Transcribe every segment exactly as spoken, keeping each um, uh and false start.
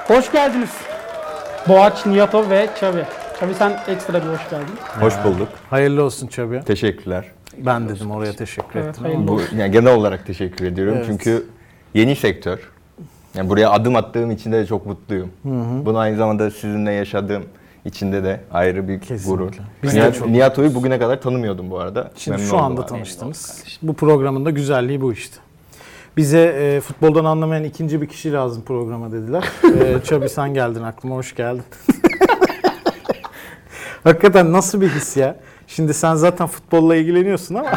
Hoş geldiniz. Boğaç, Niyato ve Çavi. Çavi sen ekstra bir hoş geldin. Hoş bulduk. Hayırlı olsun Çabi. Teşekkürler. Ben dedim oraya teşekkür Evet, ettim. hayırlı Bu yani genel olarak teşekkür ediyorum Evet. çünkü yeni sektör. Yani buraya adım attığım için de çok mutluyum. Hı hı. Bunu aynı zamanda sizinle yaşadığım içinde de ayrı bir Kesinlikle. gurur. Biz de Nihat, çok Nihat'ı bugüne kadar tanımıyordum bu arada. Şimdi Memnun şu oldum anda abi. tanıştınız. Bu programın da güzelliği bu işte. Bize e, futboldan anlamayan ikinci bir kişi lazım programa dediler. e, Çabi sen geldin aklıma, hoş geldin. Hakikaten nasıl bir his ya? Şimdi sen zaten futbolla ilgileniyorsun ama.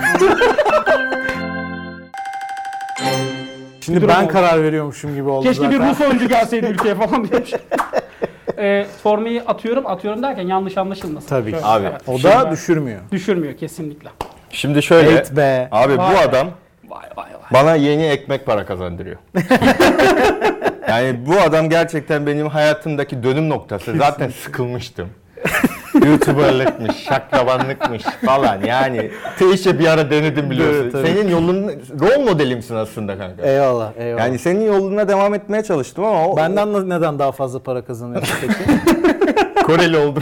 Şimdi Durum ben oldu. karar veriyormuşum gibi oldu Keşke zaten. bir Rus oyuncu gelseydi ülkeye falan diyormuş. e, formayı atıyorum, atıyorum derken yanlış anlaşılmasın. Tabii ki. Şöyle, Abi, evet. O da düşürmüyor. Düşürmüyor kesinlikle. Şimdi şöyle, Evet be. abi Vay bu be. adam Vay vay vay. bana yeni ekmek para kazandırıyor. Yani bu adam gerçekten benim hayatımdaki dönüm noktası. Zaten sıkılmıştım. YouTuber'lıkmış, şaklabanlıkmış falan yani. Teişe bir ara denedim biliyorsun. Evet, tabii. Senin yolun, rol modelimsin aslında kanka. Eyvallah, eyvallah. Yani senin yoluna devam etmeye çalıştım ama o Benden na- neden daha fazla para kazanıyorsun peki? Koreli oldum.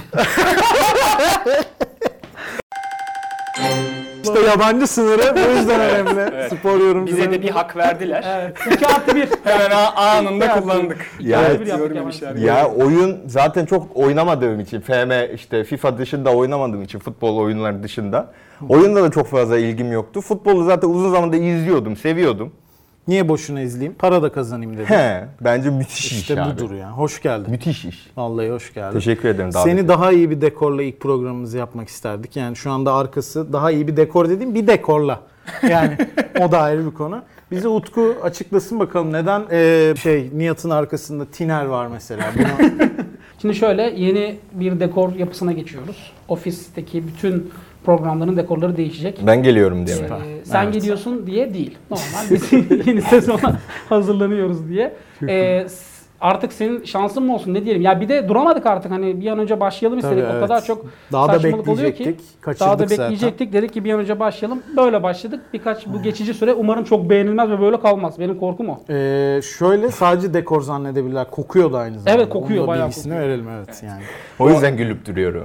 İşte yabancı sınırı bu yüzden önemli. Spor yorumcuları. Bize de bir hak verdiler. Evet. iki artı bir. Hemen a- anında kullandık. Ya, Evet, bir yaptık görmemişler. yabancı. ya oyun zaten çok oynamadığım için, F M işte FIFA dışında oynamadığım için, futbol oyunları dışında oyunda da çok fazla ilgim yoktu. Futbolu zaten uzun zamandır izliyordum, seviyordum. Niye boşuna izleyeyim? Para da kazanayım dedim. He, bence müthiş İşte iş abi. budur ya. Hoş geldin. Müthiş iş. Vallahi hoş geldin. Teşekkür ederim davet Seni için. daha iyi bir dekorla ilk programımızı yapmak isterdik. Yani şu anda arkası daha iyi bir dekor dediğim bir dekorla. Yani o da ayrı bir konu. Bize Utku açıklasın bakalım neden eee, şey Nihat'ın arkasında tiner var mesela. Bunu... Şimdi şöyle yeni bir dekor yapısına geçiyoruz. Ofisteki bütün programların dekorları değişecek. Ben geliyorum diye mi? Ee, sen Evet. gidiyorsun diye değil. Normal biz yeni sezona hazırlanıyoruz diye. Ee, s- artık senin şansın mı olsun ne diyelim. Ya bir de duramadık artık hani bir an önce başlayalım istedik. Tabii, o kadar evet. çok Daha da saçmalık oluyor ki. bekleyecektik. Kaçırdık Daha da zaten. bekleyecektik. Dedik ki bir an önce başlayalım. Böyle başladık. Birkaç bu geçici süre umarım çok beğenilmez ve böyle kalmaz. Benim korkum o. Eee, şöyle sadece dekor zannedebilirler. Kokuyor da aynı zamanda. Evet, kokuyor, Onun da bayağı bilgisini kokuyor. verelim evet yani. O yüzden gülüp duruyorum.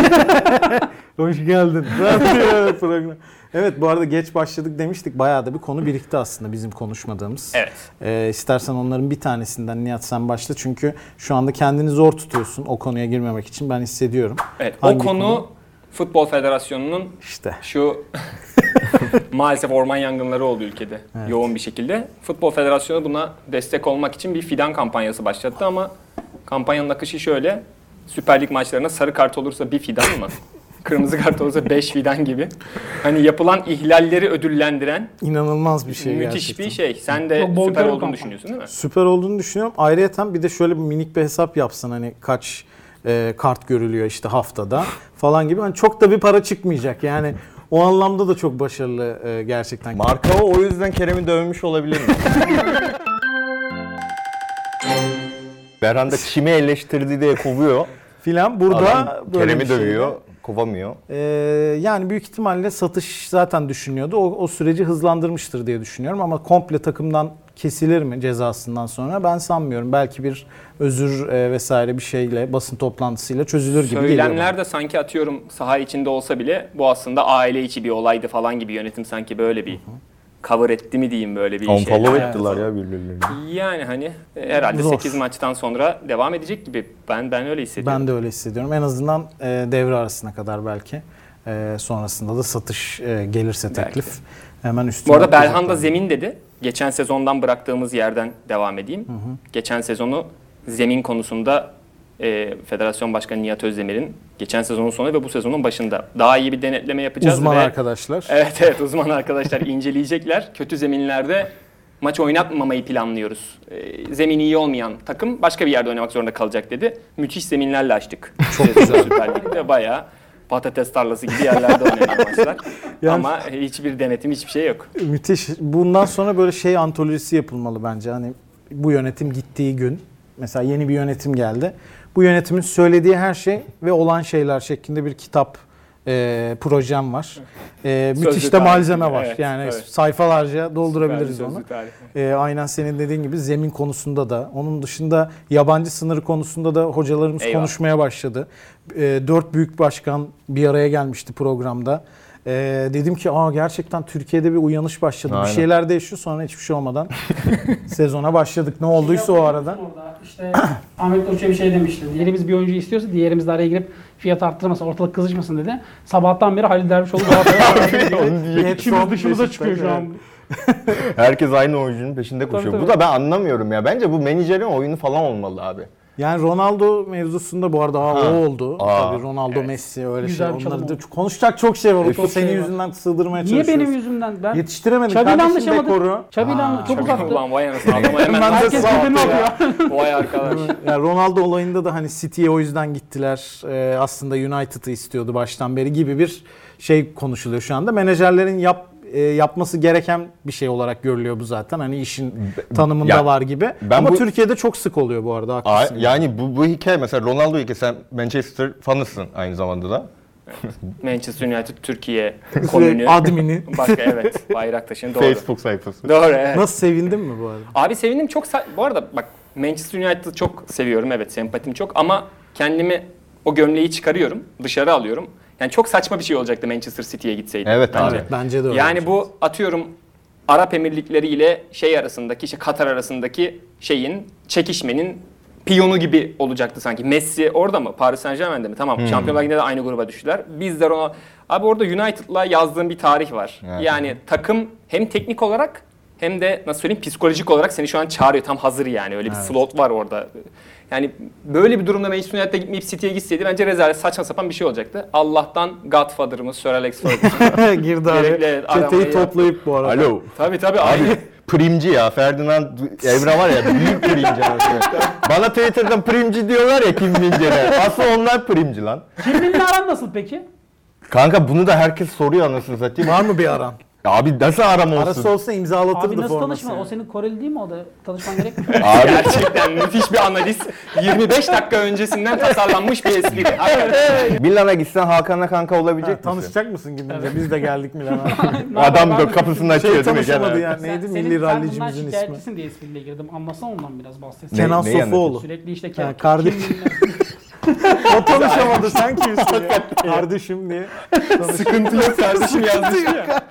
Hoş geldin. Evet, program. Evet bu arada geç başladık demiştik. Bayağı da bir konu birikti aslında bizim konuşmadığımız. Evet. Ee, istersen onların bir tanesinden Nihat sen başla. Çünkü şu anda kendini zor tutuyorsun o konuya girmemek için ben hissediyorum. Evet. Hangi o konu, konu? Futbol Federasyonu'nun İşte. şu maalesef orman yangınları oldu ülkede Evet. yoğun bir şekilde. Futbol Federasyonu buna destek olmak için bir fidan kampanyası başlattı ama kampanyanın akışı şöyle. Süper Lig maçlarına sarı kart olursa bir fidan mı? Kırmızı kart olursa beş fidan gibi. Hani yapılan ihlalleri ödüllendiren İnanılmaz bir şey müthiş gerçekten. bir şey. Sen de Çok bol süper kere olduğunu kampanya. düşünüyorsun değil mi? Süper olduğunu düşünüyorum. Ayrıyeten bir de şöyle bir minik bir hesap yapsan hani kaç e, kart görülüyor işte haftada falan gibi. Hani çok da bir para çıkmayacak yani. O anlamda da çok başarılı e, gerçekten. Marka o, o yüzden Kerem'i dövmüş olabilir mi? Berhan da Çim'i eleştirdi diye kovuyor. Filan burada Adam böyle Kerem'i bir şey dövüyor, kovamıyor. Ee, yani büyük ihtimalle satış zaten düşünüyordu. O, o süreci hızlandırmıştır diye düşünüyorum ama komple takımdan kesilir mi cezasından sonra ben sanmıyorum. Belki bir özür e, vesaire bir şeyle basın toplantısıyla çözülür gibi geliyor. Söylemler de sanki atıyorum saha içinde olsa bile bu aslında aile içi bir olaydı falan gibi yönetim sanki böyle bir cover etti mi diyeyim böyle bir şey. Unfollow Evet. ettiler ya birbirlerini. Yani hani e, herhalde Zor. sekiz maçtan sonra devam edecek gibi. Ben ben öyle hissediyorum. Ben de öyle hissediyorum. En azından e, devre arasına kadar belki. E, sonrasında da satış e, gelirse teklif Belki. hemen üstüne Bu arada atlayacaklar. Belhanda zemin dedi. Geçen sezondan bıraktığımız yerden devam edeyim. Geçen sezonu zemin konusunda e, Federasyon Başkanı Nihat Özdemir'in geçen sezonun sonu ve bu sezonun başında daha iyi bir denetleme yapacağız. Uzman ve, arkadaşlar. Evet evet uzman arkadaşlar inceleyecekler. Kötü zeminlerde maç oynatmamayı planlıyoruz. E, zemin iyi olmayan takım başka bir yerde oynamak zorunda kalacak dedi. Müthiş zeminlerle açtık. Çok güzel. Süper Lig'de bayağı patates tarlası gibi yerlerde oynanan maçlar. Yani- Ama hiçbir denetim hiçbir şey yok. Müthiş. Bundan sonra böyle şey antolojisi yapılmalı bence. Hani bu yönetim gittiği gün mesela yeni bir yönetim geldi. Bu yönetimin söylediği her şey ve olan şeyler şeklinde bir kitap e, projem var. E, Sözlü müthiş de tarih malzeme gibi, var. evet, yani evet. sayfalarca doldurabiliriz Sözlü onu. tarih. E, aynen senin dediğin gibi zemin konusunda da. Onun dışında yabancı sınırı konusunda da hocalarımız Eyvallah. konuşmaya başladı. E, dört büyük başkan bir araya gelmişti programda. E, dedim ki aa gerçekten Türkiye'de bir uyanış başladı. Aynen. Bir şeyler değişiyor, sonra hiçbir şey olmadan sezona başladık. Ne olduysa o arada. Orada işte Ahmet Koç'a bir şey demişti. Diğerimiz bir oyuncu istiyorsa diğerimiz de araya girip fiyat arttırmasın, ortalık kızışmasın dedi. Sabahtan beri Halil Dervişoğlu Galatasaray'a İçimiz dışımıza çıkıyor şu an. Herkes aynı oyuncunun peşinde koşuyor. tabii. Bu da ben anlamıyorum ya. Bence bu menajerin oyunu falan olmalı abi. Yani Ronaldo mevzusunda bu arada aa, Ha. o oldu. Aa. Tabii Ronaldo, Evet. Messi öyle Güzel şey. bir çalım Onları da oldu. konuşacak çok şey var. E, O çok senin şey var. yüzünden sığdırmaya Niye çalışıyoruz. benim yüzümden? Ben Yetiştiremedik Çabi'yle kardeşim anlaşamadık. dekoru. Çabi'yle Aa, anla- çok Çabi. uzaktı. Ulan vay anasını adama hemen Ben de Herkes sağ birbirini ol alıyor. Vay arkadaş. Yani Ronaldo olayında da hani City'ye o yüzden gittiler. Ee, aslında United'ı istiyordu baştan beri gibi bir şey konuşuluyor şu anda. Menajerlerin yap e, yapması gereken bir şey olarak görülüyor bu zaten. Hani işin tanımında Ya, var gibi. ben Ama bu- Türkiye'de çok sık oluyor bu arada. Aa, Haklısın. yani bu, bu hikaye mesela Ronaldo hikaye, sen Manchester fanısın aynı zamanda da. Manchester United Türkiye komünü. Admini. Başka evet. Bayraktaş'ın doğru. Facebook sayfası. Doğru evet. Nasıl sevindin mi bu arada? Abi sevindim çok. sa- Bu arada bak Manchester United'ı çok seviyorum evet sempatim çok ama kendimi o gömleği çıkarıyorum dışarı alıyorum. Yani çok saçma bir şey olacaktı Manchester City'ye gitseydi. Evet bence. abi. Bence de öyle. Yani bu atıyorum Arap Emirlikleri ile şey arasındaki işte Katar arasındaki şeyin çekişmenin piyonu gibi olacaktı sanki. Messi orada mı? Paris Saint-Germain'de mi? Tamam. Şampiyonlar Ligi'nde de aynı gruba düştüler. Biz de ona abi orada United'la yazdığım bir tarih var. Evet. Yani takım hem teknik olarak hem de nasıl söyleyeyim psikolojik olarak seni şu an çağırıyor. Tam hazır yani. Öyle bir slot var orada. Yani böyle bir durumda Manchester United'a gitmeyip City'ye gitseydi bence rezalet saçma sapan bir şey olacaktı. Allah'tan Godfather'ımız Sir Alex Ferguson. girdi abi. Gerekli, evet, Çeteyi aramayı toplayıp bu arada. Alo. tabii tabii abi. Abi primci ya. Ferdinand Evra var ya, büyük primci anasını. Bana Twitter'dan primci diyorlar ya, Kim Min-jae'ler. Aslında onlar primci lan. Kim Min-jae aran nasıl peki? Kanka bunu da herkes soruyor anasını satayım. Var mı bir aran? Abi nasıl aram olsun? Arası olsa imzalatırdı Abi nasıl formasını. tanışmadın? O senin Koreli değil mi o da? Tanışman gerekmiyor. Abi Gerçekten müthiş bir analiz. yirmi beş dakika öncesinden tasarlanmış bir espri. Hakikaten. Milan'a gitsen Hakan'la kanka olabilecek Ha, misin? tanışacak mısın gidince? Biz de geldik Milan'a. Adam da kapısını açıyor Şey değil mi? tanışamadı Gel ya. abi. Neydi Sen- milli senin- sen bundan rallicimizin ismi? şikayetçisin diye espriyle girdim. Anlasana ondan biraz bahset. Ne- Kenan neyi Sofuoğlu. Sürekli işte Ha, ke- kardeş- Kim Min-jae- O tanışamadı sen kimsin ya? Kardeşim diye. Sıkıntı yok kardeşim yazmış ya.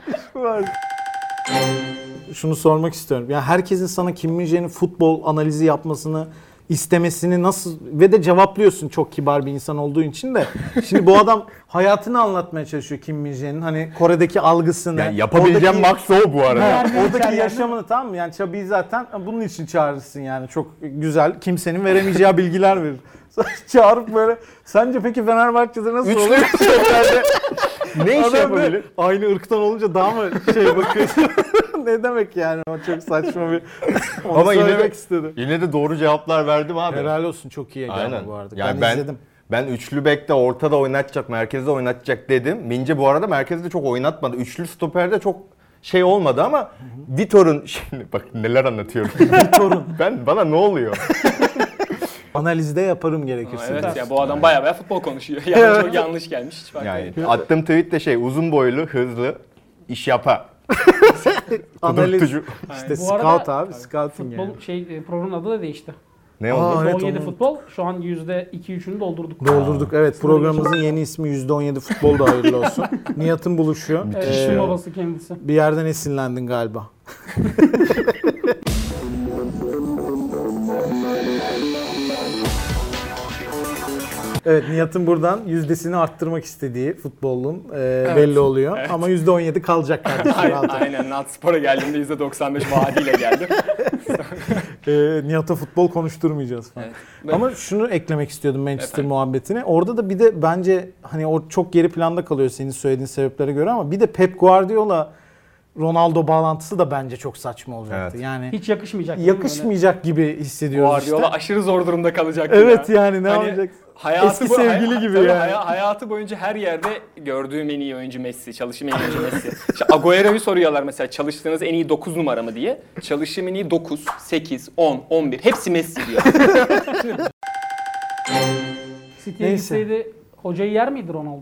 Şunu sormak istiyorum. Ya herkesin sana Kim Min-jae'nin futbol analizi yapmasını istemesini nasıl ve de cevaplıyorsun çok kibar bir insan olduğu için de. Şimdi bu adam hayatını anlatmaya çalışıyor Kim Min-jae'nin. Hani Kore'deki algısını. Yani yapabileceğim oradaki- max o bu arada. Ha, Vermeyi oradaki içeriden yaşamını tamam mı? Yani Çabi'yi zaten bunun için çağırırsın yani. Çok güzel. Kimsenin veremeyeceği bilgiler verir. Çağırıp böyle sence peki Fenerbahçe'de nasıl Üçlü oluyor? Ne iş Adam böyle yapabilir? aynı ırktan olunca daha mı şey bakıyorsun? Ne demek yani? O çok saçma bir. Onu Ama yine söylemek de, istedim. yine de doğru cevaplar verdim abi. Helal olsun çok iyi Aynen. geldi bu arada. Yani ben, ben, izledim. ben üçlü bekte ortada oynatacak, merkezde oynatacak dedim. Mince bu arada merkezde çok oynatmadı. Üçlü stoperde çok şey olmadı ama Vitor'un şimdi bak neler anlatıyorum. Vitor'un ben bana ne oluyor? analizde yaparım gerekirse. Evet ya bu adam baya baya futbol konuşuyor. Yani çok yanlış gelmiş hiç fark Yani etmiyor. attığım tweet de şey, uzun boylu, hızlı, iş yapa. Analiz. Kudurtucu. İşte Bu arada- scout abi, scouting Futbol yani. şey e, programın adı da değişti. Ne Aa, oldu? evet, on yedi onu- futbol şu an yüzde iki üçünü doldurduk. Doldurduk. Evet programımızın yeni ismi yüzde on yedi futbol da hayırlı olsun. Nihat'ın buluşuyor. Evet, Ee, işin babası kendisi. bir yerden esinlendin galiba. Evet Nihat'ın buradan yüzdesini arttırmak istediği futbolun e, belli oluyor. Ama yüzde on yedi kalacak kardeşim. Aynen, rahat ol. aynen Nat Spor'a geldiğimde yüzde doksan beş vaadiyle geldim. E, Nihat'a futbol konuşturmayacağız falan. Evet. Ama şunu eklemek istiyordum Manchester Efendim? muhabbetine. Orada da bir de bence hani o çok geri planda kalıyor senin söylediğin sebeplere göre ama bir de Pep Guardiola Ronaldo bağlantısı da bence çok saçma olacaktı. Evet. Yani Hiç yakışmayacak. değil mi böyle? yakışmayacak gibi hissediyoruz Guardiola işte. aşırı zor durumda kalacak. Evet ya. yani ne Hani yapacak? Hayatı Eski bu- sevgili hay- gibi tabii yani. haya- hayatı boyunca her yerde gördüğüm en iyi oyuncu Messi, çalışım en iyi oyuncu Messi. İşte Agüero'yu soruyorlar mesela çalıştığınız en iyi dokuz numara mı diye. Çalışım en iyi dokuz, sekiz, on, on bir. Hepsi Messi diyor. City'ye Neyse. gitseydi hocayı yer miydi Ronaldo?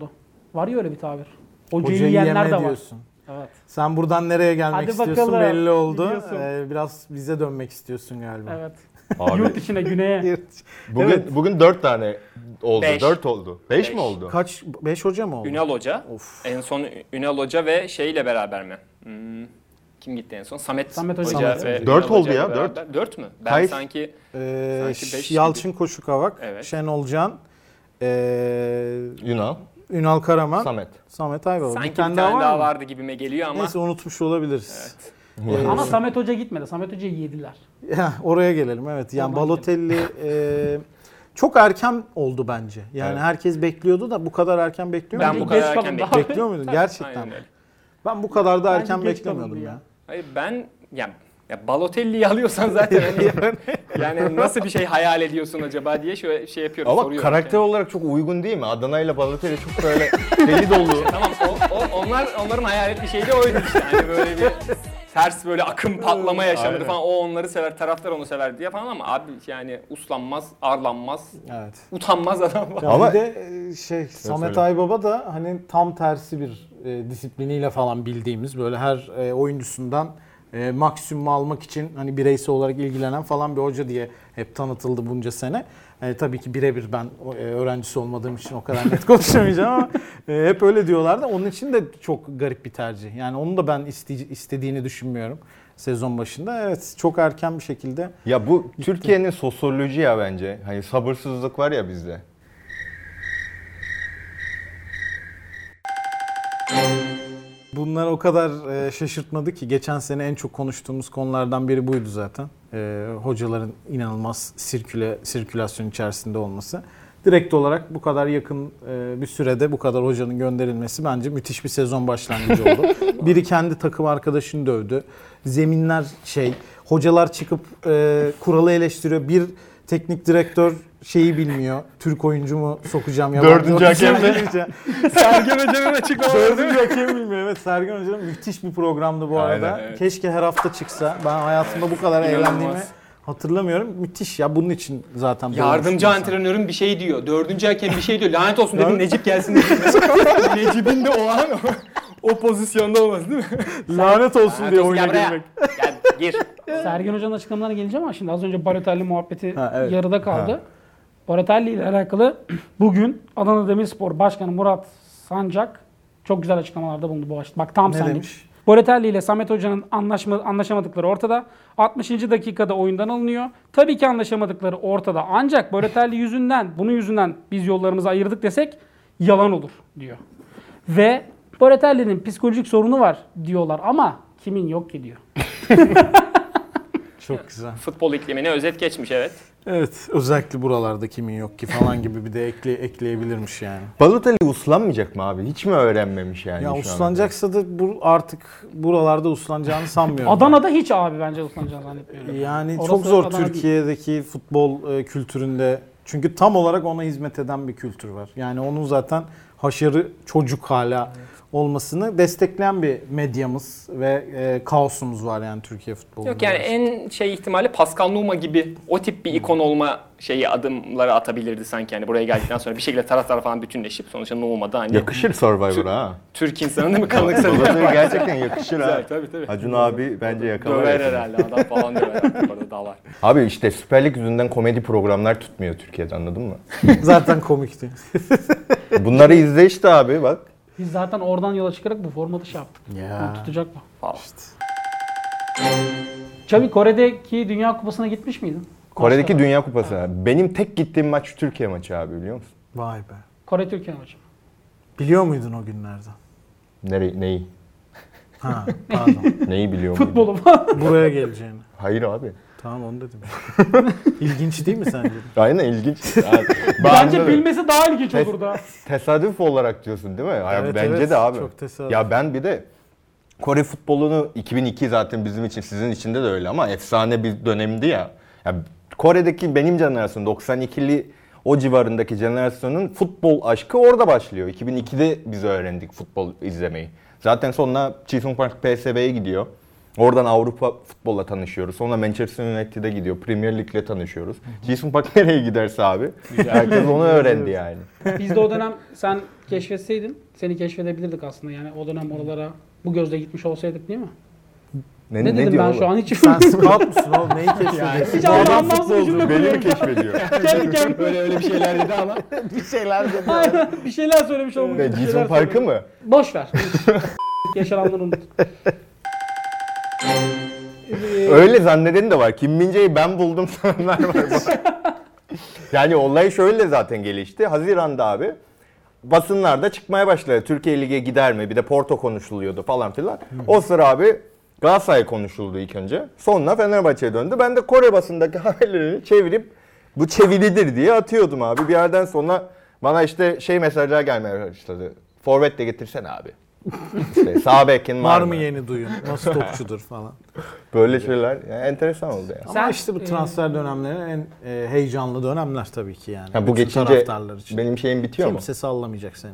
Var ya öyle bir tabir. Hocayı, Hocayı yiyenler yeme de var. diyorsun. Evet. Sen buradan nereye gelmek Hadi istiyorsun bakalım, belli oldu. biliyorsun. Ee, biraz bize dönmek istiyorsun galiba. Evet. Abi, Yurt içine, güneye. bugün Evet. bugün dört tane oldu. Beş. dört oldu. beş Beş. mi oldu? Kaç? beş hoca mı oldu? Ünal Hoca. Of. En son Ünal Hoca ve şeyle beraber mi? Hmm, kim gitti en son? Samet, Samet Hoca. Hoca Samet ve Hoca. Dört Ünal oldu Hoca ya, ile dört. beraber. Dört mü? Ben Kayıs- sanki Ee, Sanki beş Yalçın Koşukavak, Evet. Şenol Can, ee, Yunan, Ünal Karaman, Samet. Samet Aybaba. sanki bir tane daha var mı? vardı gibime geliyor ama Neyse unutmuş olabiliriz. Evet. Ee, Ama Samet Hoca gitmedi. Samet Hoca'yı yediler. Ya, oraya gelelim evet. Yani Oradan Balotelli e, çok erken oldu bence. Yani Evet. herkes bekliyordu da bu kadar erken bekliyor Ben muydun? bu kadar Geç erken kalındı bekliyorum. abi. Bekliyor muydun? Gerçekten. Aynen öyle. Ben bu kadar da Bence erken geç beklemiyordum kalındı ya. ya. Hayır ben ya, ya Balotelli'yi alıyorsan zaten hani yani nasıl bir şey hayal ediyorsun acaba diye şöyle şey yapıyorum Ama soruyorum. karakter yani. olarak çok uygun değil mi? Adana ile Balotelli çok böyle deli dolu. Tamam o, o, onlar onların hayal ettiği şey de oydu işte. Hani böyle bir ters böyle akım patlama yaşanır Aynen. falan. O onları sever, taraftar onu sever diye falan ama abi yani uslanmaz, arlanmaz, Evet. utanmaz adam var. Ya Ama- bir de e, şey Samet söyle. Aybaba da hani tam tersi bir e, disipliniyle falan bildiğimiz böyle her e, oyuncusundan e, maksimum almak için hani bireysel olarak ilgilenen falan bir hoca diye hep tanıtıldı bunca sene. E, tabii ki birebir ben o, e, öğrencisi olmadığım için o kadar net konuşamayacağım ama e, hep öyle diyorlardı. Onun için de çok garip bir tercih. Yani onu da ben iste- istediğini düşünmüyorum sezon başında. Evet çok erken bir şekilde. Ya bu Türkiye'nin sosyoloji ya bence. Hani sabırsızlık var ya bizde. Bunlar o kadar e, şaşırtmadı ki geçen sene en çok konuştuğumuz konulardan biri buydu zaten. E, hocaların inanılmaz sirküle, sirkülasyon içerisinde olması. Direkt olarak bu kadar yakın e, bir sürede bu kadar hocanın gönderilmesi bence müthiş bir sezon başlangıcı oldu. Biri kendi takım arkadaşını dövdü. Zeminler şey, hocalar çıkıp e, kuralı eleştiriyor. Bir teknik direktör şeyi bilmiyor. Türk oyuncu mu sokacağım yabancı Dördüncü oyuncu mu hakem de- sokacağım? Sergen Hoca'nın açıklamaları değil mi? Dördüncü hakem bilmiyor. Evet Sergen Hoca'nın müthiş bir programdı bu arada. Aynen, evet. Keşke her hafta çıksa. Ben hayatımda bu kadar İnanılmaz. eğlendiğimi hatırlamıyorum. Müthiş ya. Bunun için zaten Yardımcı doğmuş insan. antrenörün bir şey diyor. Dördüncü hakem bir şey diyor. Lanet olsun dedim Necip gelsin dedim. Necip'in de o an o, o pozisyonda olması değil mi? Lanet olsun Lanet diye olsun, oyuna gel buraya. girmek. Gel gir. Sergen Hoca'nın açıklamalarına geleceğim ama şimdi az önce Balotelli muhabbeti Ha, evet. yarıda kaldı. Balotelli ile alakalı bugün Adana Demirspor Başkanı Murat Sancak çok güzel açıklamalarda bulundu bu açıdan. Bak tam Ne senlik. demiş? Balotelli ile Samet Hoca'nın anlaşma, anlaşamadıkları ortada. altmışıncı dakikada oyundan alınıyor. Tabii ki anlaşamadıkları ortada. Ancak Balotelli yüzünden, bunun yüzünden biz yollarımızı ayırdık desek yalan olur diyor. Ve Balotelli'nin psikolojik sorunu var diyorlar ama kimin yok ki diyor. Çok güzel. Futbol iklimine özet geçmiş evet. Evet. Özellikle buralarda kimin yok ki falan gibi bir de ekle, ekleyebilirmiş yani. Balotelli uslanmayacak mı abi? Hiç mi öğrenmemiş yani Ya şu ana uslanacaksa da bu artık buralarda uslanacağını sanmıyorum. Adana'da hiç abi bence uslanacağını zannetmiyorum. Yani Orası çok zor Adana değil. Türkiye'deki futbol e, kültüründe. Çünkü tam olarak ona hizmet eden bir kültür var. Yani onun zaten haşarı çocuk hala olmasını destekleyen bir medyamız ve e, kaosumuz var yani Türkiye futbolunda. Yok yani en şey ihtimali Pascal Nouma gibi o tip bir ikon olma şeyi adımları atabilirdi sanki yani buraya geldikten sonra bir şekilde taraftar falan bütünleşip sonuçta Nouma'da hani Yakışır Survivor'a ha. Türk insanı değil mi kanıksa Balotelli gerçekten yakışır ha. Güzel tabii tabii. Acun abi bence yakalar. Döver yakını. herhalde adam falan döver artık orada dalar. Abi işte Süper Lig yüzünden komedi programlar tutmuyor Türkiye'de anladın mı? Zaten komikti. Bunları izle işte abi bak. Biz zaten oradan yola çıkarak bu formatı şey yaptık. Ya. Bu tutacak mı? Falan. Çavi Kore'deki Dünya Kupası'na gitmiş miydin? Kore'deki Maçta. Dünya Kupası. Benim tek gittiğim maç Türkiye maçı abi biliyor musun? Vay be. Kore Türkiye maçı. Biliyor muydun o günlerden? Nereyi, neyi? Ha, pardon. Neyi biliyor muydun? Futbolu. Buraya geleceğini. Hayır abi. Tamam onu dedim. İlginç değil mi sence? Aynen ilginç. Yani, Bence ben- bilmesi daha ilginç olur da. Tesadüf olarak diyorsun değil mi? Hayır, Evet, bence evet. de abi. Çok tesadüf. Ya ben bir de Kore futbolunu iki bin iki zaten bizim için sizin için de öyle ama efsane bir dönemdi ya. Ya Kore'deki benim jenerasyonum doksan ikili o civarındaki jenerasyonun futbol aşkı orada başlıyor. iki bin ikide biz öğrendik futbol izlemeyi. Zaten sonra Jisung Park P S V'ye gidiyor. Oradan Avrupa futbolla tanışıyoruz. Sonra Manchester United'e gidiyor. Premier Lig'le tanışıyoruz. Jason Park nereye giderse abi. Herkes onu öğrendi yani. Biz de o dönem sen keşfetseydin seni keşfedebilirdik aslında. Yani o dönem oralara bu gözle gitmiş olsaydık değil mi? Ne, Ne, dedim diyor ben oğlum? şu an hiç Sen scout musun oğlum? Neyi keşfediyorsun? hiç anlam- anlamsız bir cümle Beni mi kuruyorum. keşfediyor? Kendi kendime Böyle öyle bir şeyler dedi ama. Bir şeyler dedi. Aynen, bir şeyler söylemiş olmuş. Ne, bir şeyler Jason Park'ı söylemiş. mı? Boş ver. Yaşananları unut. Öyle zanneden de var. Kim Min-jae'yi ben buldum sananlar var. Yani olay şöyle zaten gelişti. Haziran'da abi basınlarda çıkmaya başladı. Türkiye Lig'e gider mi? Bir de Porto konuşuluyordu falan filan. O sıra abi Galatasaray konuşuldu ilk önce. Sonra Fenerbahçe'ye döndü. Ben de Kore basındaki haberlerini çevirip bu çeviridir diye atıyordum abi. Bir yerden sonra bana işte şey mesajlar gelmeye başladı. Forvet de getirsene abi. İşte sağ bekin var, Var mı yeni duyun? Nasıl topçudur falan. Böyle şeyler yani enteresan oldu ya. Ama Sen, işte bu e, transfer dönemleri en e, heyecanlı dönemler tabii ki yani. Ha, bu Bütün geçince taraftarlar için. benim şeyim bitiyor mu? Kimse sallamayacak seni.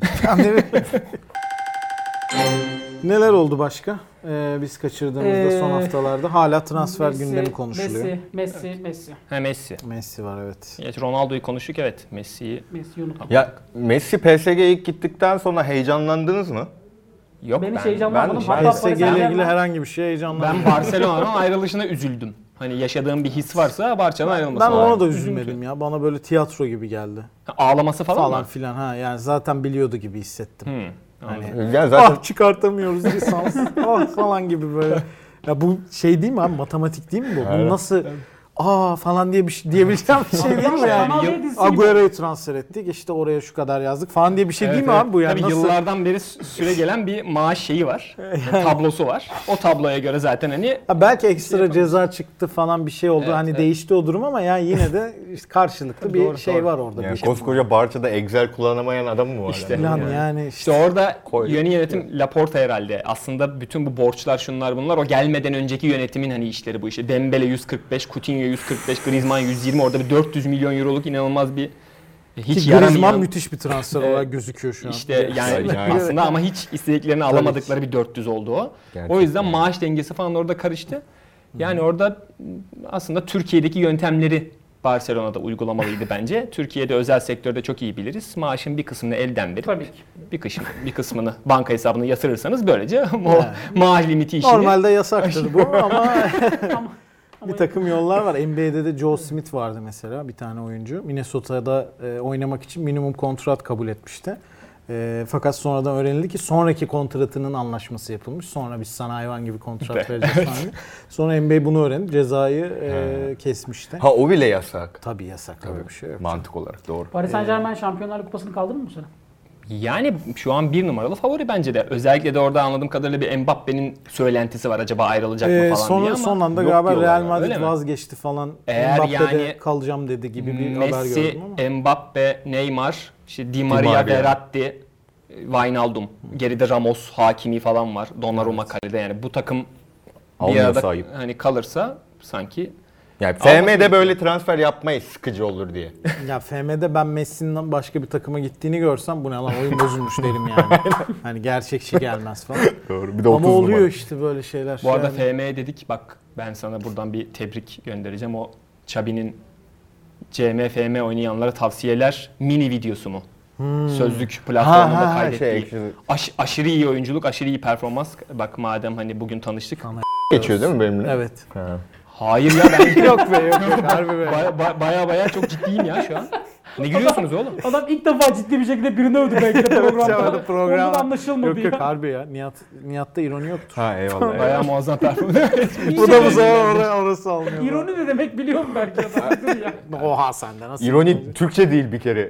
Neler oldu başka? Ee, biz kaçırdığımızda son Ee, haftalarda hala transfer Messi, gündemi konuşuluyor. Messi, Messi, Messi. Ha Messi. Messi var evet. Evet, Ronaldo'yu konuştuk evet. Messi'yi. Messi'yi unut. Ya Messi P S G'ye ilk gittikten sonra heyecanlandınız mı? Yok Ben hiç ben, heyecanlanmadım. ben- Hatta ben P S G Paris ile Saint-Germain- ilgili herhangi bir şeye heyecanlanmadım. ben Barcelona'nın ayrılışına üzüldüm. Hani yaşadığım bir his varsa Barcelona ayrılması. Ben ona da Üzüntü. üzülmedim ya. Bana böyle tiyatro gibi geldi. Ha, Ağlaması falan, Falan mı? filan ha. Yani zaten biliyordu gibi hissettim. Hmm. Hani Yani zaten ah çıkartamıyoruz lisans ah falan gibi böyle. Ya bu şey değil mi abi? Matematik değil mi bu? Evet. Bu nasıl aa falan diye bir şey, diyebileceğim bir şey değil mi yani? Ronaldo Yıl- dizisi gibi. Agüero'yu transfer ettik. İşte oraya şu kadar yazdık falan diye bir şey Evet, değil mi evet. abi bu yani? Tabii Nasıl? yıllardan beri süre gelen bir maaş şeyi var. Tablosu var. O tabloya göre zaten hani Ha, belki ekstra ceza çıktı falan bir şey oldu. Evet, hani evet. değişti o durum ama yani yine de işte karşılıklı bir Doğru, şey doğru. var orada. yani bir şey. koskoca Barça'da Excel kullanamayan adam mı var? İşte. Lan yani? yani İşte işte orada Koy. yeni yönetim Laporta herhalde. Aslında bütün bu borçlar şunlar bunlar o gelmeden önceki yönetimin hani işleri bu işte. Dembele yüz kırk beş, Coutinho yüz kırk beş, Griezmann yüz yirmi orada bir dört yüz milyon euroluk inanılmaz bir hiç ki yaramayan Griezmann müthiş bir transfer Evet. olarak gözüküyor şu an. işte yani Yani. aslında ama hiç istediklerini alamadıkları bir dört yüz oldu o. Gerçekten. O yüzden maaş dengesi falan orada karıştı. Yani orada aslında Türkiye'deki yöntemleri Barcelona'da uygulamalıydı bence. Türkiye'de özel sektörde çok iyi biliriz. Maaşın bir kısmını elden verip Tabii ki. bir kısmı bir kısmını banka hesabına yatırırsanız böylece o Yani. maaş limiti işini Normalde yasaktır bu ama Ama- bir takım yollar var. N B A'de de Joe Smith vardı mesela bir tane oyuncu. Minnesota'da e, oynamak için minimum kontrat kabul etmişti. E, fakat sonradan öğrenildi ki sonraki kontratının anlaşması yapılmış. Sonra biz sana hayvan gibi kontrat vereceğiz falan diye. Sonra N B A bunu öğrendi. Cezayı e, kesmişti. Ha o bile yasak. Tabii yasak öyle bir şey yok. Mantık olarak doğru. Paris Saint Germain Şampiyonlar Lig Kupası'nı kaldırır mı bu sene? Yani şu an bir numaralı favori bence de. Özellikle de orada anladığım kadarıyla bir Mbappe'nin söylentisi var acaba ayrılacak mı Ee, falan sonra diye ama son anda yok galiba diyorlar Real ya, Madrid öyle mi? vazgeçti falan. Eğer Mbappe'de yani kalacağım dedi gibi bir haber Messi, gördüm ama. Mbappe, Neymar, işte Di Maria, Maria. Verratti, Wijnaldum, geride Ramos, Hakimi falan var. Donnarumma kalede yani bu takım bir Almıyorsa arada ayıp. hani kalırsa sanki Yani F M'de böyle transfer yapmayız sıkıcı olur diye. Ya F M'de ben Messi'nin başka bir takıma gittiğini görsem bu ne lan oyun bozulmuş derim yani. Hani gerçekçi gelmez falan. Doğru. Bir de Ama otuz oluyor numara. işte böyle şeyler. bu arada Yani F M dedik bak ben sana buradan bir tebrik göndereceğim. O Xabi'nin C M F M oynayanlara tavsiyeler mini videosu mu? Sözlük platformunda Ha, ha, kaydettiği. şey, ekşi- Aş- aşırı iyi oyunculuk, aşırı iyi performans. Bak madem hani bugün tanıştık. Sana geçiyor değil mi benimle? Evet. Ha. Hayır ya ben Yok be yok yok harbi be. baya, baya, baya baya çok ciddiyim ya şu an. Ne gülüyorsunuz oğlum? Adam ilk defa ciddi bir şekilde birini övdü belki de programda. Çabada program. Ondan anlaşılmadı Yok ya. yok harbi ya. Nihat, Nihat'ta ironi yoktur. Ha eyvallah. Baya muazzam performans. Bu da bu sefer oraya, orası almıyor. İroni ne demek biliyorum belki adam. Dur ya. Oha sende nasıl? İroni Türkçe değil bir kere.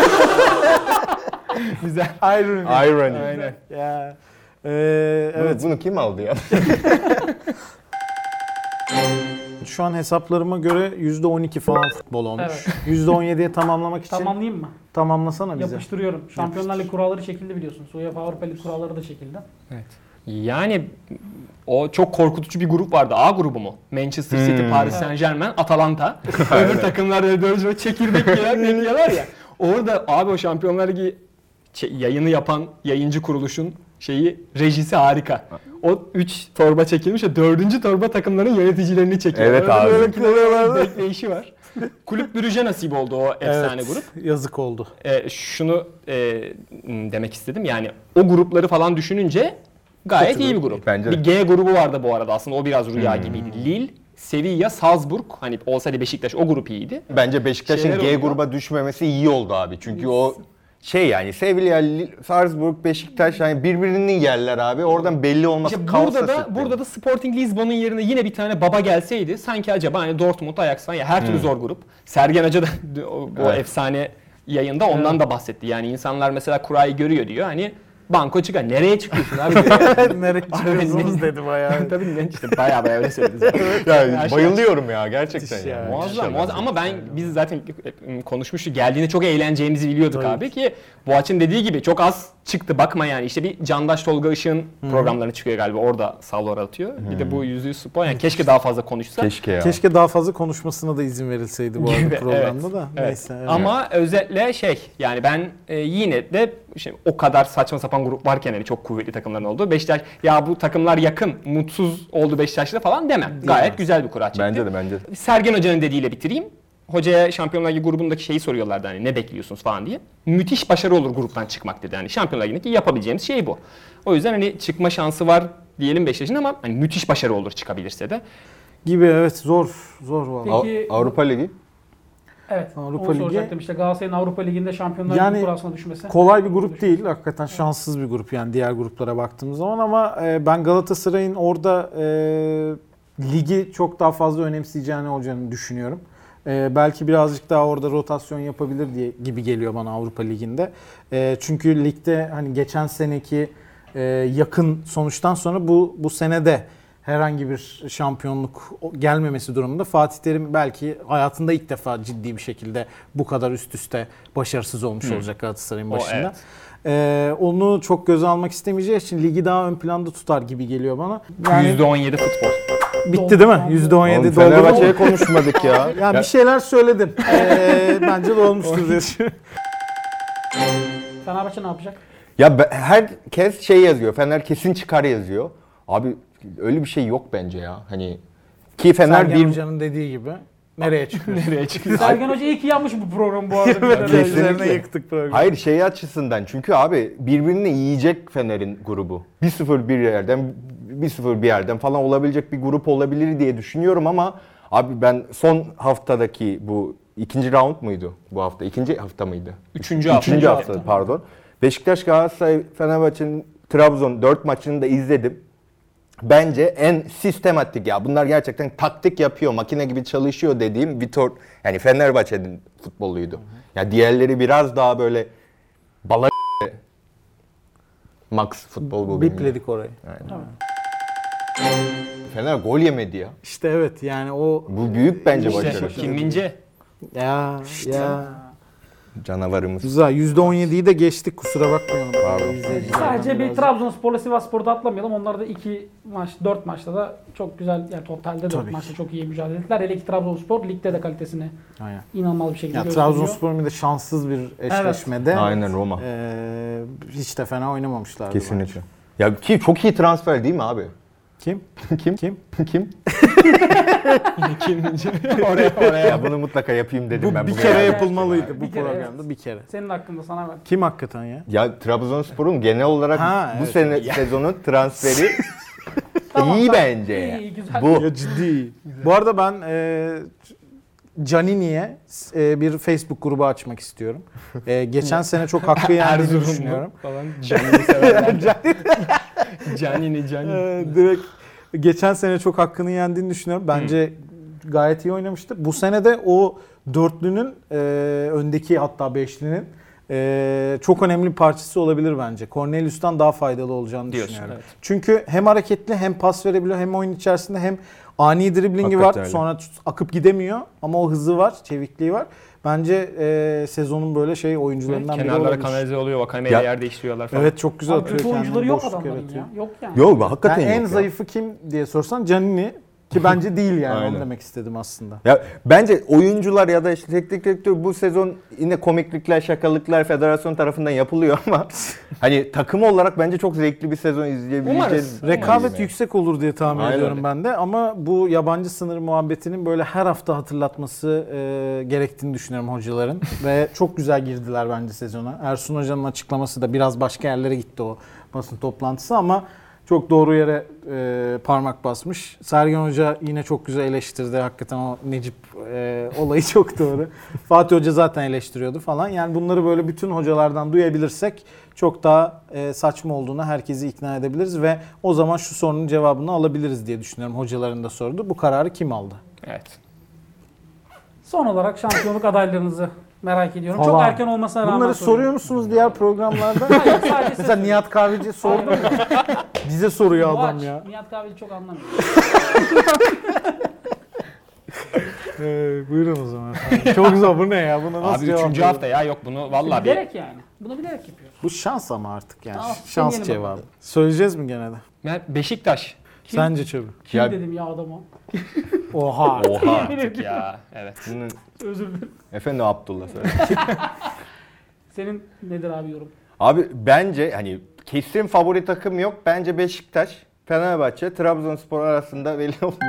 Güzel. Irony. Irony. Aynen. Ya. Ee, Evet. evet. Bunu kim aldı ya? Şu an hesaplarıma göre yüzde on iki falan futbol olmuş. Evet. yüzde on yediye tamamlamak için Tamamlayayım mı? tamamlasana bize. Yapıştırıyorum. Şampiyonlar Ligi kuralları çekildi biliyorsunuz. UEFA Avrupa Ligi kuralları da çekildi. Yani o çok korkutucu bir grup vardı. A grubu mu? Manchester City, Hmm. Paris Saint Germain, Atalanta. Öbür takımlar da böyle böyle çekirdek yiyorlar, bekliyorlar ya. Orada abi o Şampiyonlar Ligi çe- yayını yapan yayıncı kuruluşun şeyi rejisi harika. O üç torba çekilmiş ve dördüncü torba takımların yöneticilerini çekiyor. Evet abi. Böyle bekleyişi var. Kulüp Brugge nasip oldu o efsane Evet, grup. yazık oldu. Ee, şunu e, demek istedim yani o grupları falan düşününce gayet Kötü iyi bir grup. grup. Bence de. Bir G grubu vardı bu arada aslında o biraz rüya gibiydi. Lille, Sevilla, Salzburg hani olsaydı Beşiktaş o grup iyiydi. Bence Beşiktaş'ın Şeyler G oluyor. gruba düşmemesi iyi oldu abi. Çünkü o şey yani Sevilla, Lille, Salzburg, Beşiktaş yani birbirinin yerler abi. Oradan belli olması İşte kaosa burada da sürükledi. burada da Sporting Lisbon'un yerine yine bir tane baba gelseydi sanki acaba hani Dortmund, Ajax falan ya her türlü zor grup. Sergen Hoca da o, o Evet. efsane yayında ondan da bahsetti. Yani insanlar mesela kurayı görüyor diyor hani banko çıkar. Nereye çıkıyorsun abi diyor. Nereye Abi çıkıyorsunuz ne- dedi bayağı. Tabii ne işte bayağı bayağı öyle söyledi zaten. Ya Her şey- bayılıyorum ya gerçekten Müthiş ya. ya. Muazzam, muazzam ama ben biz zaten konuşmuştuk. Geldiğinde çok eğleneceğimizi biliyorduk Tabii abi ki Boğaç'ın dediği gibi çok az çıktı bakma yani. İşte bir Candaş Tolga Işık'ın programlarına çıkıyor galiba. Orada sallar atıyor. Bir de bu yüzde yüz spor. Yani keşke daha fazla konuşsa. Keşke ya. Keşke daha fazla konuşmasına da izin verilseydi bu arada Gibi, programda evet, da. evet. Neyse. evet. Ama özetle şey yani ben e, yine de işte o kadar saçma sapan grup varken hani çok kuvvetli takımların olduğu Beşiktaş ya bu takımlar yakın mutsuz oldu Beşiktaş'ta falan demem. Gayet güzel bir kura çıktı. Bence de bence de. Sergen Hoca'nın dediğiyle bitireyim. Hocaya Şampiyonlar Ligi grubundaki şeyi soruyorlardı hani ne bekliyorsunuz falan diye. Müthiş başarı olur gruptan çıkmak dedi. Yani Şampiyonlar Ligi'ndeki yapabileceğimiz şey bu. O yüzden hani çıkma şansı var diyelim Beşiktaş'ın ama hani müthiş başarı olur çıkabilirse de. Gibi evet zor zor valla. Peki- Av- Avrupa Ligi. Evet. Avrupa onu Ligi- soracaktım işte Galatasaray'ın Avrupa Ligi'nde Şampiyonlar Yani Ligi kurasına düşmesi. Kolay bir grup değil. Hakikaten şanssız bir grup yani diğer gruplara baktığımız zaman ama e, ben Galatasaray'ın orada e, ligi çok daha fazla önemseyeceğini olacağını düşünüyorum. E, belki birazcık daha orada rotasyon yapabilir diye gibi geliyor bana Avrupa Ligi'nde. E, çünkü ligde hani geçen seneki e, yakın sonuçtan sonra bu bu senede herhangi bir şampiyonluk gelmemesi durumunda Fatih Terim belki hayatında ilk defa ciddi bir şekilde bu kadar üst üste başarısız olmuş olacak Galatasaray'ın O, başında. evet. Ee, onu çok göze almak istemeyeceği için ligi daha ön planda tutar gibi geliyor bana. Yani yüzde on yedi futbol. bitti değil mi? yüzde on yedi Oğlum, doldu. Fenerbahçe'ye konuşmadık ya. Yani bir şeyler söyledim. Ee, bence dolmuştur diye düşünüyorum. Fenerbahçe ne yapacak? Ya be- herkes şey yazıyor. Fener kesin çıkar yazıyor. Abi öyle bir şey yok bence ya. Hani ki Fener Sergen bir Hoca'nın dediği gibi nereye çıkıyor? Nereye çıkıyor? Sergen Hoca iyi ki yapmış bu programı bu arada. Evet, Bize de. kesinlikle. üzerine yıktık programı. Hayır şey açısından çünkü abi birbirini yiyecek Fener'in grubu. bir sıfır bir yerden bir sıfır bir yerden falan olabilecek bir grup olabilir diye düşünüyorum ama abi ben son haftadaki bu ikinci round muydu bu hafta? İkinci hafta mıydı? Üçüncü hafta. Üçüncü hafta pardon. Beşiktaş, Galatasaray, Fenerbahçe'nin Trabzon dört maçını da izledim. Bence en sistematik ya bunlar gerçekten taktik yapıyor, makine gibi çalışıyor dediğim Vitor yani Fenerbahçe'nin futboluydu. Ya diğerleri biraz daha böyle bala Max futbol bu benim. Bipledik orayı. Fener gol yemedi ya. İşte evet yani o Bu büyük bence İşte başarı. Kim Min-jae. ya ya Canavarımız. güzel yüzde on yediyi de geçtik kusura bakmayalım. Pardon. İzleyicilerden Sadece bir biraz- Trabzonspor'la Sivasspor'da atlamayalım. Onlar da iki maç, dört maçta da çok güzel, yani totalde dört Tabii maçta çok iyi mücadele ettiler. Hele ki Trabzonspor ligde de kalitesini Aynen. inanılmaz bir şekilde Ya gösteriyor. Trabzonspor'un bir de şanssız bir eşleşmede Aynen Roma. eee, hiç de fena oynamamışlardı. Kesinlikle. Ya ki çok iyi transfer değil mi abi? Kim? Kim? Kim? Kim? Kim Min-jae. oraya oraya. Ya bunu mutlaka yapayım dedim Bu ben. bir bugün. kere yani. yapılmalıydı bu Bir kere, programda evet. bir kere. Senin hakkında sana ver. Kim hakikaten ya? Ya Trabzonspor'un genel olarak Ha, bu evet. sene sezonun transferi Tamam, iyi tamam. bence. İyi, ya. iyi, güzel. Bu Ya ciddi. Bu arada ben eee Canini'ye eee, bir Facebook grubu açmak istiyorum. Eee, geçen sene çok hakkı yendiğini Erzurumlu düşünüyorum. falan. Canini severler. Canini, Canini. Eee, direkt geçen sene çok hakkını yendiğini düşünüyorum. Bence gayet iyi oynamıştı. Bu sene de o dörtlünün eee, öndeki hatta beşlinin eee, çok önemli bir parçası olabilir bence. Cornelius'tan daha faydalı olacağını Diyorsun, düşünüyorum. evet. Çünkü hem hareketli hem pas verebiliyor hem oyun içerisinde hem ani driblingi Hakikaten var. öyle. Sonra tut- akıp gidemiyor ama o hızı var, çevikliği var. Bence eee, sezonun böyle şey oyuncularından biri Kenarlara olabilir. kanalize oluyor. Vakame'yle Ya- yer değiştiriyorlar falan. Evet çok güzel Abi atıyor. kötü kendini, oyuncuları yok boşluk adamların yaratıyor. ya. Yok yani. yok hakikaten Yani en yok ya. zayıfı kim diye sorsan Canini Ki bence değil yani Aynen. onu demek istedim aslında. Ya bence oyuncular ya da işte teknik direktör bu sezon yine komiklikler, şakalıklar federasyon tarafından yapılıyor ama hani takım olarak bence çok zevkli bir sezon izleyebileceğiz. Rekabet Yani. yüksek olur diye tahmin Aynen. ediyorum ben de ama bu yabancı sınır muhabbetinin böyle her hafta hatırlatması e, gerektiğini düşünüyorum hocaların ve çok güzel girdiler bence sezona. Ersun Hoca'nın açıklaması da biraz başka yerlere gitti o basın toplantısı ama çok doğru yere e, parmak basmış. Sergen Hoca yine çok güzel eleştirdi. Hakikaten o Necip e, olayı çok doğru. Fatih Hoca zaten eleştiriyordu falan. Yani bunları böyle bütün hocalardan duyabilirsek çok daha e, saçma olduğunu herkesi ikna edebiliriz ve o zaman şu sorunun cevabını alabiliriz diye düşünüyorum. Hocaların da sordu. Bu kararı kim aldı? Evet. Son olarak şampiyonluk adaylarınızı merak ediyorum. Çok Allah. erken olmasına rağmen Bunları soruyorum. soruyor musunuz diğer programlarda? Hayır, sadece size Mesela Nihat Kahveci sormuyor. Bize soruyor Boğaç, adam ya. Nihat Kahveci çok anlamıyor. Ee, buyurun o zaman. Çok zor bu ne ya? Buna nasıl Abi cevap üçüncü verelim? hafta ya yok bunu vallahi bir... bilerek yani. Bunu bilerek yapıyoruz. Bu şans ama artık yani. Tamam, şans deneyelim cevabı. bakalım. Söyleyeceğiz mi gene de? Ben Beşiktaş. Kim? Sence Çöbü? Kim Ya- dedim ya adama? Oha. Oha. Artık ya. Evet. Bunun Özür dilerim. efendim Abdullah söyle. Senin nedir abi yorum? Abi bence hani kesin favori takım yok. Bence Beşiktaş, Fenerbahçe, Trabzonspor arasında belli oldu.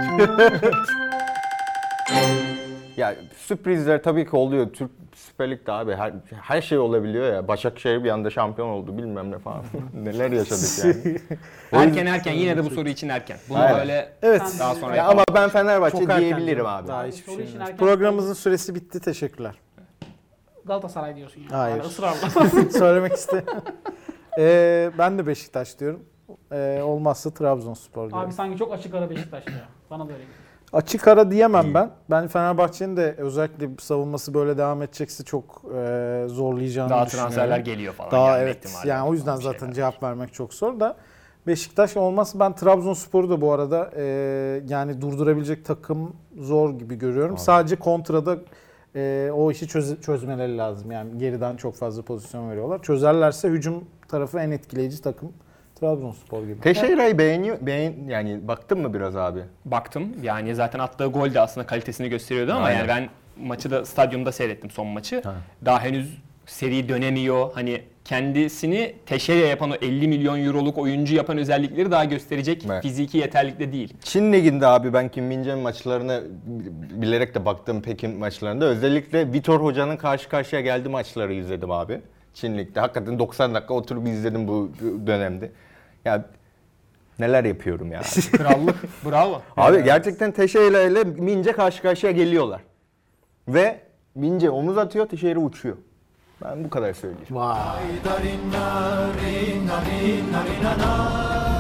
Ya sürprizler tabii ki oluyor. Türk Süper Lig'de abi her, her şey olabiliyor ya. Başakşehir bir anda şampiyon oldu bilmem ne falan. Neler yaşadık yani. O yüzden- Erken erken yine de bu soru için erken. Bunu Aynen. böyle Evet. daha sonra Ya yapalım. ama ben Fenerbahçe Çok erken diyebilirim canım. abi. Daha Abi, hiçbir soru şey için yok. erken- Programımızın süresi bitti. Teşekkürler. Galatasaray diyorsun yani. Hayır. Yani ısrarla. Söylemek istemiyorum. Ee, ben de Beşiktaş diyorum. Ee, olmazsa Trabzonspor diyorum. Abi sanki çok açık ara Beşiktaş ya. Bana da öyle geliyor. Açık ara diyemem İyi. ben. Ben Fenerbahçe'nin de özellikle savunması böyle devam edecekse çok e, zorlayacağını daha düşünüyorum. transferler geliyor falan. Daha gelme evet. ihtimali Yani var o yüzden falan bir zaten şeyler. cevap vermek çok zor da. Beşiktaş olmazsa ben Trabzonspor'u da bu arada e, yani durdurabilecek takım zor gibi görüyorum. Abi. Sadece kontrada e, o işi çöz- çözmeleri lazım. Yani geriden çok fazla pozisyon veriyorlar. Çözerlerse hücum tarafı en etkileyici takım Trabzonspor gibi. Teşeyra'yı beğeniyor, beğen yani baktın mı biraz abi? Baktım. Yani zaten attığı gol de aslında kalitesini gösteriyordu ama Aynen. yani ben maçı da stadyumda seyrettim son maçı. Ha. Daha henüz seri dönemiyor. Hani kendisini Teşeya yapan o elli milyon euroluk oyuncu yapan özellikleri daha gösterecek Evet. fiziki yeterlikte değil. Çin Ligi'nde abi ben Kim Min-jae maçlarına bilerek de baktım Pekin maçlarında. Özellikle Vitor Hoca'nın karşı karşıya geldiği maçları izledim abi. Çin Lig'de. Hakikaten doksan dakika oturup izledim bu dönemde. Ya neler yapıyorum ya. Krallık. Bravo. Abi gerçekten Teixeira ile Min-jae karşı karşıya geliyorlar. Ve Min-jae omuz atıyor, Teixeira uçuyor. Ben bu kadar söyleyeceğim. Vay.